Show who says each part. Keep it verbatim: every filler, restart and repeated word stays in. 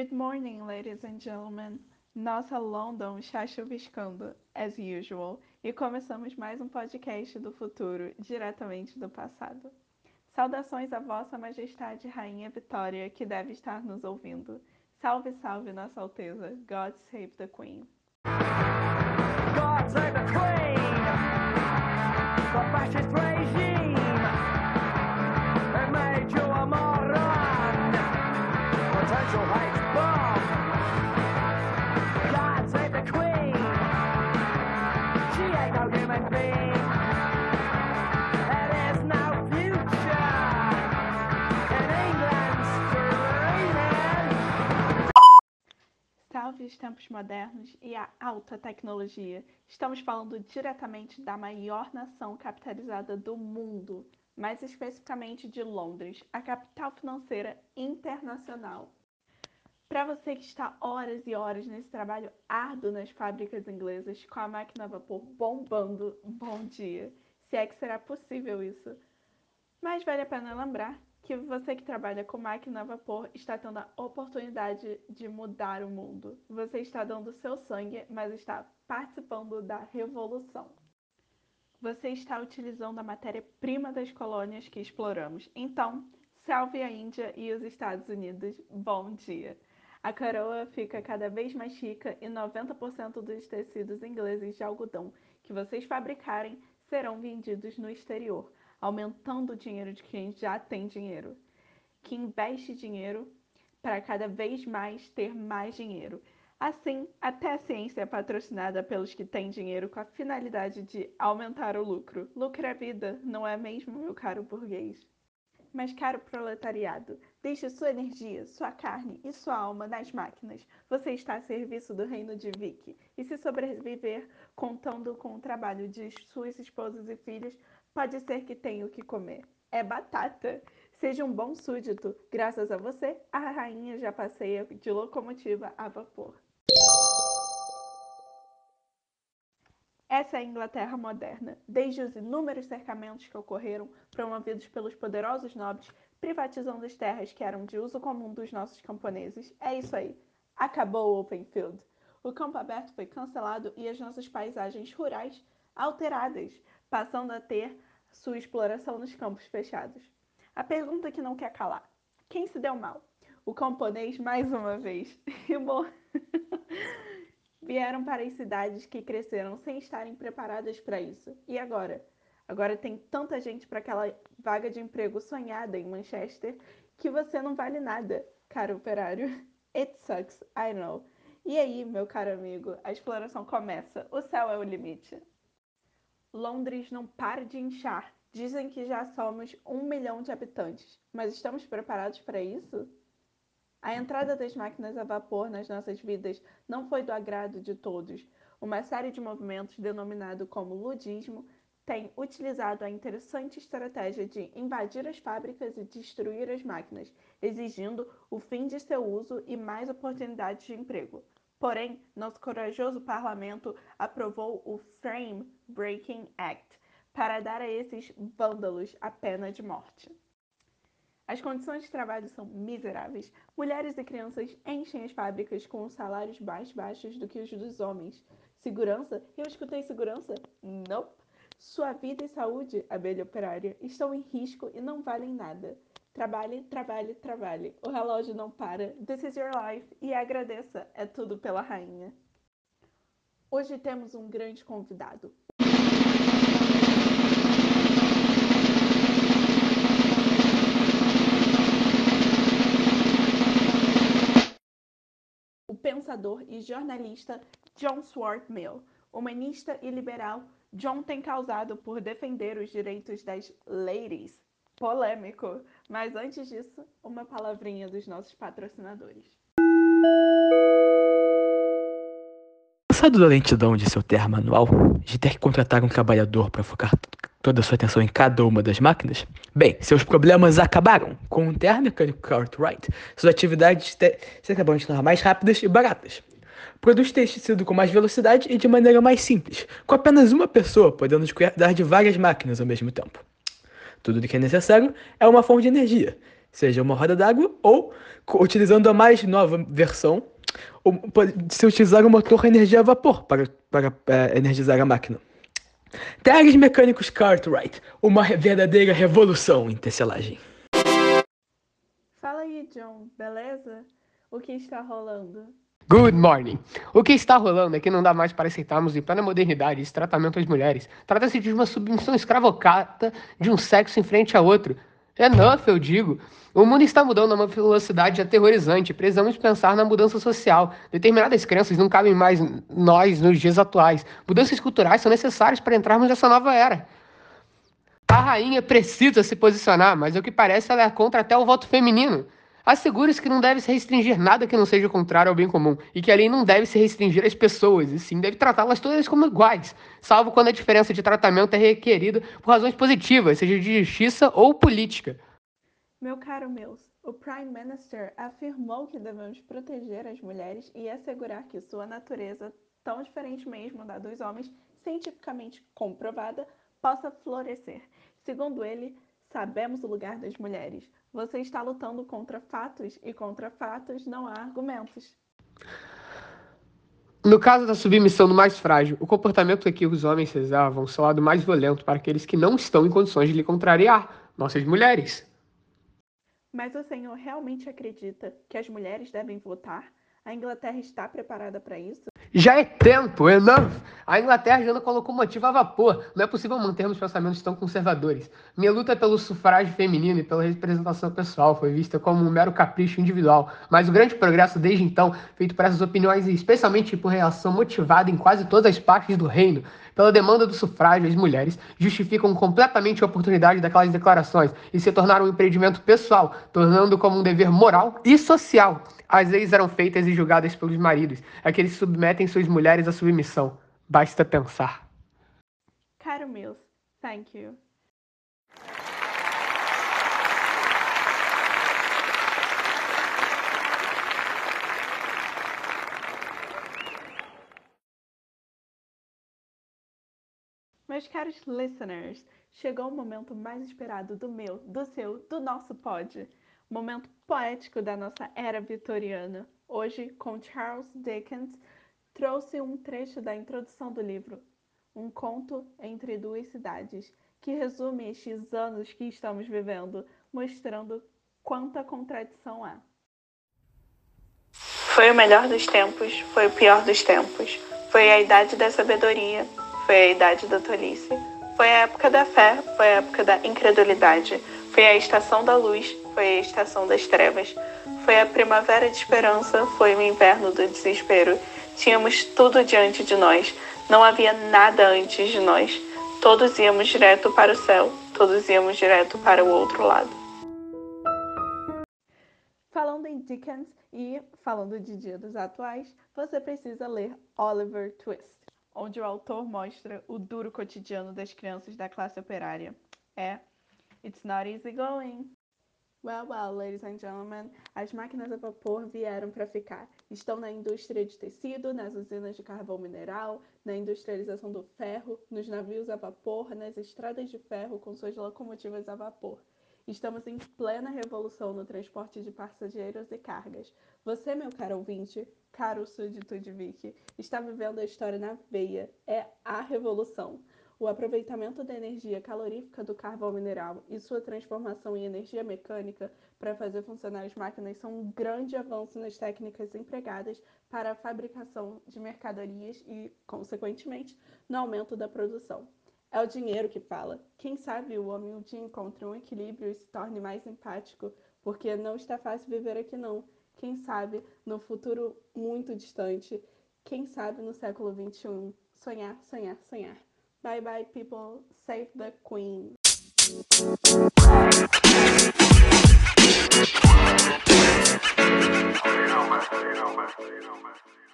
Speaker 1: Good morning, ladies and gentlemen. Nossa London está chuviscando, as usual, e começamos mais um podcast do futuro, diretamente do passado. Saudações à Vossa Majestade Rainha Vitória, que deve estar nos ouvindo. Salve, salve, Nossa Alteza. God save the Queen.
Speaker 2: God save the Queen! The fascist regime has made you a moron! Potential hate bomb! God save the Queen! She ain't no human being! There is no future in England's dreaming!
Speaker 1: Salve os tempos modernos e a alta tecnologia. Estamos falando diretamente da maior nação capitalizada do mundo, mais especificamente de Londres, a capital financeira internacional. Para você que está horas e horas nesse trabalho árduo nas fábricas inglesas, com a máquina a vapor bombando, bom dia. Se é que será possível isso. Mas vale a pena lembrar que você que trabalha com máquina a vapor está tendo a oportunidade de mudar o mundo. Você está dando seu sangue, mas está participando da revolução. Você está utilizando a matéria-prima das colônias que exploramos. Então, salve a Índia e os Estados Unidos. Bom dia! A coroa fica cada vez mais rica e noventa por cento dos tecidos ingleses de algodão que vocês fabricarem serão vendidos no exterior, aumentando o dinheiro de quem já tem dinheiro, que investe dinheiro para cada vez mais ter mais dinheiro. Assim, até a ciência é patrocinada pelos que têm dinheiro com a finalidade de aumentar o lucro. Lucro é vida, não é mesmo, meu caro burguês? Mas, caro proletariado, deixe sua energia, sua carne e sua alma nas máquinas. Você está a serviço do reino de Vic. E se sobreviver contando com o trabalho de suas esposas e filhos, pode ser que tenha o que comer. É batata! Seja um bom súdito. Graças a você, a rainha já passeia de locomotiva a vapor. Essa é a Inglaterra moderna, desde os inúmeros cercamentos que ocorreram, promovidos pelos poderosos nobres, privatizando as terras que eram de uso comum dos nossos camponeses. É isso aí. Acabou o open field. O campo aberto foi cancelado e as nossas paisagens rurais alteradas, passando a ter sua exploração nos campos fechados. A pergunta que não quer calar: quem se deu mal? O camponês, mais uma vez. E bom... Vieram para as cidades que cresceram sem estarem preparadas para isso. E agora? Agora tem tanta gente para aquela vaga de emprego sonhada em Manchester que você não vale nada, caro operário. It sucks, I know. E aí, meu caro amigo, a exploração começa. O céu é o limite. Londres não para de inchar. Dizem que já somos um milhão de habitantes. Mas estamos preparados para isso? A entrada das máquinas a vapor nas nossas vidas não foi do agrado de todos. Uma série de movimentos, denominado como ludismo, tem utilizado a interessante estratégia de invadir as fábricas e destruir as máquinas, exigindo o fim de seu uso e mais oportunidades de emprego. Porém, nosso corajoso parlamento aprovou o Frame Breaking Act para dar a esses vândalos a pena de morte. As condições de trabalho são miseráveis. Mulheres e crianças enchem as fábricas com salários mais baixos do que os dos homens. Segurança? Eu escutei segurança? Nope. Sua vida e saúde, abelha operária, estão em risco e não valem nada. Trabalhe, trabalhe, trabalhe. O relógio não para. This is your life. E agradeça. É tudo pela rainha. Hoje temos um grande convidado. O pensador e jornalista John Stuart Mill. Humanista e liberal, John tem causado por defender os direitos das ladies. Polêmico. Mas antes disso, uma palavrinha dos nossos patrocinadores.
Speaker 3: Cansado da lentidão de seu terra manual, de ter que contratar um trabalhador para focar toda a sua atenção em cada uma das máquinas? Bem, seus problemas acabaram. Com o Terra Mecânico Cartwright, suas atividades te- se acabam de tornar mais rápidas e baratas. Produz tecido com mais velocidade e de maneira mais simples, com apenas uma pessoa podendo cuidar de várias máquinas ao mesmo tempo. Tudo o que é necessário é uma fonte de energia, seja uma roda d'água ou, co- utilizando a mais nova versão, o- pode se utilizar um motor a energia a vapor para, para é, energizar a máquina. Trajes mecânicos Cartwright, uma re- verdadeira revolução em tecelagem.
Speaker 1: Fala aí, John, beleza? O que está rolando?
Speaker 4: Good morning. O que está rolando é que não dá mais para aceitarmos em plena modernidade esse tratamento às mulheres. Trata-se de uma submissão escravocrata de um sexo em frente a outro. Enough, eu digo. O mundo está mudando a uma velocidade aterrorizante. Precisamos pensar na mudança social. Determinadas crenças não cabem mais n- nós nos dias atuais. Mudanças culturais são necessárias para entrarmos nessa nova era. A rainha precisa se posicionar, mas ao que parece ela é contra até o voto feminino. Assegure-se que não deve se restringir nada que não seja contrário ao bem comum, e que a lei não deve se restringir às pessoas, e sim deve tratá-las todas como iguais, salvo quando a diferença de tratamento é requerida por razões positivas, seja de justiça ou política.
Speaker 1: Meu caro Mills, o Prime Minister afirmou que devemos proteger as mulheres e assegurar que sua natureza, tão diferente mesmo da dos homens, cientificamente comprovada, possa florescer. Segundo ele, sabemos o lugar das mulheres. Você está lutando contra fatos e contra fatos não há argumentos.
Speaker 4: No caso da submissão do mais frágil, o comportamento é que os homens reservam seu lado mais violento para aqueles que não estão em condições de lhe contrariar, nossas mulheres.
Speaker 1: Mas o senhor realmente acredita que as mulheres devem votar? A Inglaterra está preparada para isso?
Speaker 4: Já é tempo, enough! A Inglaterra já anda com a locomotiva a vapor. Não é possível mantermos pensamentos tão conservadores. Minha luta pelo sufrágio feminino e pela representação pessoal foi vista como um mero capricho individual, mas o grande progresso desde então, feito por essas opiniões e especialmente por reação motivada em quase todas as partes do reino, pela demanda do sufrágio às mulheres, justificam completamente a oportunidade daquelas declarações e se tornaram um empreendimento pessoal, tornando como um dever moral e social. As leis eram feitas e julgadas pelos maridos, aqueles que submetem suas mulheres à submissão. Basta pensar.
Speaker 1: Caro Mills, thank you. Meus caros listeners, chegou o momento mais esperado do meu, do seu, do nosso pod. Momento poético da nossa era vitoriana. Hoje, com Charles Dickens, trouxe um trecho da introdução do livro, Um Conto entre Duas Cidades, que resume estes anos que estamos vivendo, mostrando quanta contradição há. Foi o melhor dos tempos, foi o pior dos tempos. Foi a idade da sabedoria, foi a idade da tolice. Foi a época da fé, foi a época da incredulidade. Foi a estação da luz, foi a estação das trevas. Foi a primavera de esperança, foi o inverno do desespero. Tínhamos tudo diante de nós, não havia nada antes de nós. Todos íamos direto para o céu, todos íamos direto para o outro lado. Falando em Dickens e falando de dias atuais, você precisa ler Oliver Twist, onde o autor mostra o duro cotidiano das crianças da classe operária. É, it's not easy going. Well, well, ladies and gentlemen, as máquinas a vapor vieram para ficar. Estão na indústria de tecido, nas usinas de carvão mineral, na industrialização do ferro, nos navios a vapor, nas estradas de ferro com suas locomotivas a vapor. Estamos em plena revolução no transporte de passageiros e cargas. Você, meu caro ouvinte, caro súdito de Vicky, está vivendo a história na veia. É a revolução. O aproveitamento da energia calorífica do carvão mineral e sua transformação em energia mecânica para fazer funcionar as máquinas são um grande avanço nas técnicas empregadas para a fabricação de mercadorias e, consequentemente, no aumento da produção. É o dinheiro que fala. Quem sabe o homem um dia encontre um equilíbrio e se torne mais empático, porque não está fácil viver aqui não. Quem sabe no futuro muito distante, quem sabe no século vinte e um. Sonhar, sonhar, sonhar. Bye bye people, save the queen.
Speaker 5: You know, man. You know, man. You know, man.